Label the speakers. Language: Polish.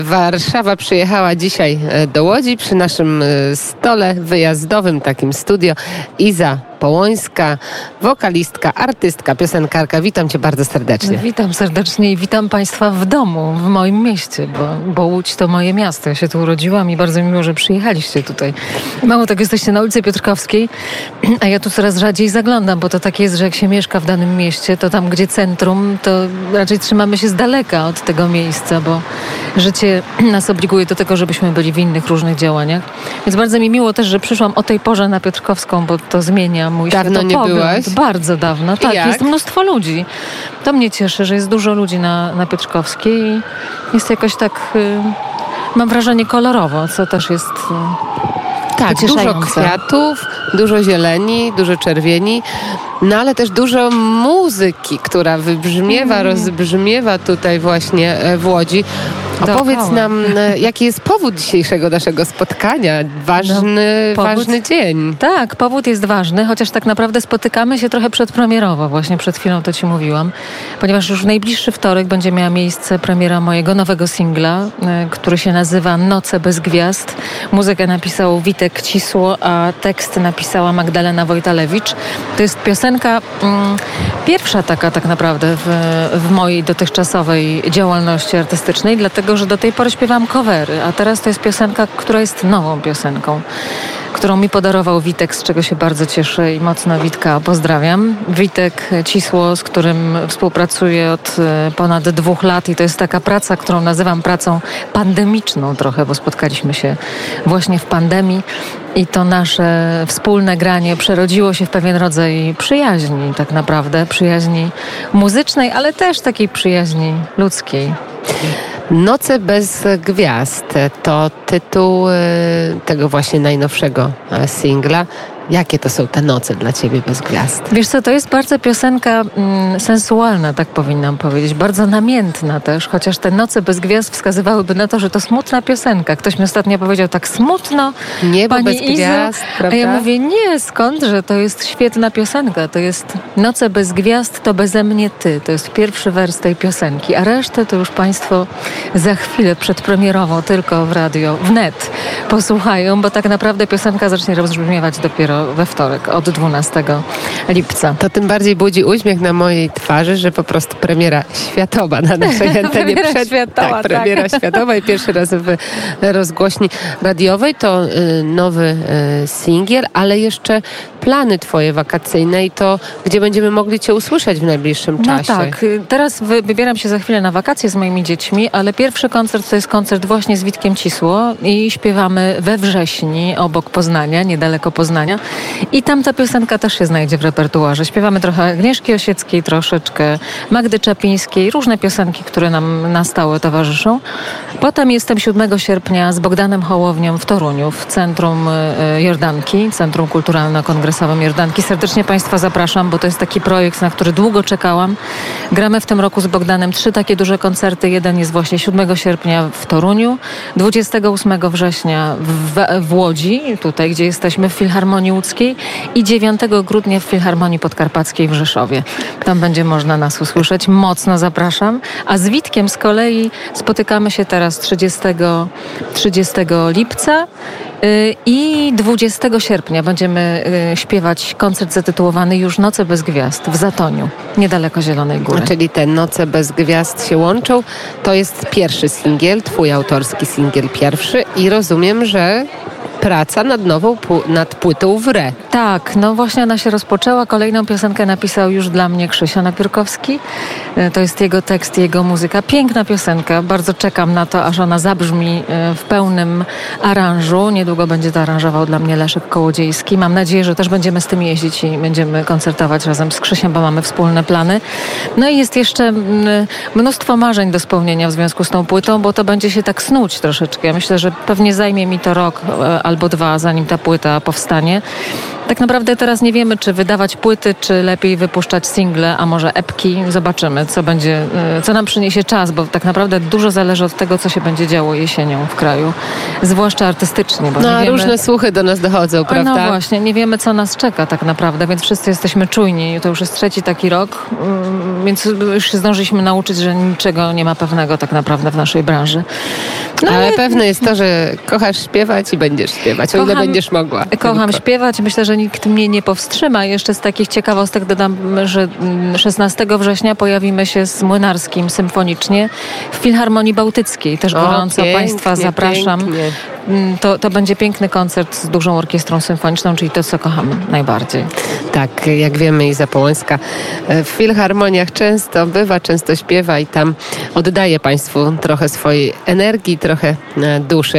Speaker 1: Warszawa przyjechała dzisiaj do Łodzi przy naszym stole wyjazdowym, takim studio. Iza Połońska, wokalistka, artystka, piosenkarka. Witam Cię bardzo serdecznie.
Speaker 2: Witam serdecznie i witam Państwa w domu, w moim mieście, bo Łódź to moje miasto. Ja się tu urodziłam i bardzo mi miło, że przyjechaliście tutaj. Mało tak, jesteście na ulicy Piotrkowskiej, a ja tu coraz rzadziej zaglądam, bo to tak jest, że jak się mieszka w danym mieście, to tam, gdzie centrum, to raczej trzymamy się z daleka od tego miejsca, bo życie nas obliguje do tego, żebyśmy byli w innych różnych działaniach. Więc bardzo mi miło też, że przyszłam o tej porze na Piotrkowską, bo to zmienia mój
Speaker 1: światopogląd. Dawno nie byłaś?
Speaker 2: Bardzo dawno. Tak, jest mnóstwo ludzi. To mnie cieszy, że jest dużo ludzi na Piotrkowskiej i jest jakoś tak, mam wrażenie, kolorowo, co też jest
Speaker 1: tak, dużo kwiatów, dużo zieleni, dużo czerwieni, no ale też dużo muzyki, która wybrzmiewa, rozbrzmiewa tutaj właśnie w Łodzi. Opowiedz nam, jaki jest powód dzisiejszego naszego spotkania. Ważny dzień.
Speaker 2: Tak, powód jest ważny, chociaż tak naprawdę spotykamy się trochę przedpremierowo. Właśnie przed chwilą to Ci mówiłam. Ponieważ już w najbliższy wtorek będzie miała miejsce premiera mojego nowego singla, który się nazywa Noce bez gwiazd. Muzykę napisał Witek Cisło, a tekst napisała Magdalena Wojtalewicz. To jest piosenka pierwsza taka tak naprawdę w mojej dotychczasowej działalności artystycznej, dlatego że do tej pory śpiewałam covery, a teraz to jest piosenka, która jest nową piosenką, którą mi podarował Witek, z czego się bardzo cieszę i mocno Witka pozdrawiam. Witek Cisło, z którym współpracuję od ponad 2 lat i to jest taka praca, którą nazywam pracą pandemiczną trochę, bo spotkaliśmy się właśnie w pandemii i to nasze wspólne granie przerodziło się w pewien rodzaj przyjaźni tak naprawdę, przyjaźni muzycznej, ale też takiej przyjaźni ludzkiej.
Speaker 1: Noce bez gwiazd to tytuł tego właśnie najnowszego singla. Jakie to są te noce dla Ciebie bez gwiazd?
Speaker 2: Wiesz co, to jest bardzo piosenka sensualna, tak powinnam powiedzieć. Bardzo namiętna też, chociaż te noce bez gwiazd wskazywałyby na to, że to smutna piosenka. Ktoś mi ostatnio powiedział, tak smutno,
Speaker 1: niebo
Speaker 2: Pani
Speaker 1: bez
Speaker 2: Izo.
Speaker 1: Gwiazd, prawda?
Speaker 2: A ja mówię, nie, skąd, że to jest świetna piosenka. To jest Noce bez gwiazd, to beze mnie ty. To jest pierwszy wers tej piosenki, a resztę to już Państwo za chwilę przedpremierowo tylko w radio, wnet posłuchają, bo tak naprawdę piosenka zacznie rozbrzmiewać dopiero we wtorek od 12 lipca.
Speaker 1: To tym bardziej budzi uśmiech na mojej twarzy, że po prostu premiera światowa na naszej antenie. Premiera światowa i pierwszy raz w rozgłośni radiowej. To nowy singiel, ale jeszcze plany Twoje wakacyjne i to, gdzie będziemy mogli Cię usłyszeć w najbliższym czasie.
Speaker 2: No tak, teraz wybieram się za chwilę na wakacje z moimi dziećmi, ale pierwszy koncert to jest koncert właśnie z Witkiem Cisło i śpiewamy we wrześni obok Poznania, niedaleko Poznania. I tam ta piosenka też się znajdzie w repertuarze. Śpiewamy trochę Agnieszki Osieckiej, troszeczkę Magdy Czapińskiej, różne piosenki, które nam na stałe towarzyszą. Potem jestem 7 sierpnia z Bogdanem Hołownią w Toruniu, w Centrum Jordanki, Centrum Kulturalno-Kongresowym Jordanki. Serdecznie Państwa zapraszam, bo to jest taki projekt, na który długo czekałam. Gramy w tym roku z Bogdanem 3 takie duże koncerty. Jeden jest właśnie 7 sierpnia w Toruniu, 28 września w Łodzi, tutaj gdzie jesteśmy w Filharmonii Łódzkiej i 9 grudnia w Filharmonii Podkarpackiej w Rzeszowie. Tam będzie można nas usłyszeć. Mocno zapraszam. A z Witkiem z kolei spotykamy się teraz 30 lipca i 20 sierpnia będziemy śpiewać koncert zatytułowany już Noce bez gwiazd w Zatoniu, niedaleko Zielonej Góry.
Speaker 1: Czyli te Noce bez gwiazd się łączą. To jest pierwszy singiel, Twój autorski singiel pierwszy i rozumiem, że praca nad płytą w re.
Speaker 2: Tak, no właśnie ona się rozpoczęła. Kolejną piosenkę napisał już dla mnie Krzysia Napierkowski. To jest jego tekst, jego muzyka. Piękna piosenka. Bardzo czekam na to, aż ona zabrzmi w pełnym aranżu. Niedługo będzie to aranżował dla mnie Leszek Kołodziejski. Mam nadzieję, że też będziemy z tym jeździć i będziemy koncertować razem z Krzysiem, bo mamy wspólne plany. No i jest jeszcze mnóstwo marzeń do spełnienia w związku z tą płytą, bo to będzie się tak snuć troszeczkę. Ja myślę, że pewnie zajmie mi to rok albo 2, zanim ta płyta powstanie. Tak naprawdę teraz nie wiemy, czy wydawać płyty, czy lepiej wypuszczać single, a może epki. Zobaczymy, co nam przyniesie czas, bo tak naprawdę dużo zależy od tego, co się będzie działo jesienią w kraju, zwłaszcza artystycznie. Bo nie wiemy...
Speaker 1: różne słuchy do nas dochodzą, prawda?
Speaker 2: No właśnie, nie wiemy, co nas czeka tak naprawdę, więc wszyscy jesteśmy czujni. To już jest 3. taki rok, więc już się zdążyliśmy nauczyć, że niczego nie ma pewnego tak naprawdę w naszej branży.
Speaker 1: Ale pewne jest to, że kochasz śpiewać i będziesz śpiewać, o ile będziesz mogła.
Speaker 2: Kocham śpiewać. Myślę, że nikt mnie nie powstrzyma. Jeszcze z takich ciekawostek dodam, że 16 września pojawimy się z Młynarskim symfonicznie w Filharmonii Bałtyckiej. Też gorąco Państwa zapraszam. Pięknie. To będzie piękny koncert z dużą orkiestrą symfoniczną, czyli to, co kocham najbardziej.
Speaker 1: Tak, jak wiemy, Iza Połęska w filharmoniach często bywa, często śpiewa i tam oddaje Państwu trochę swojej energii, trochę duszy.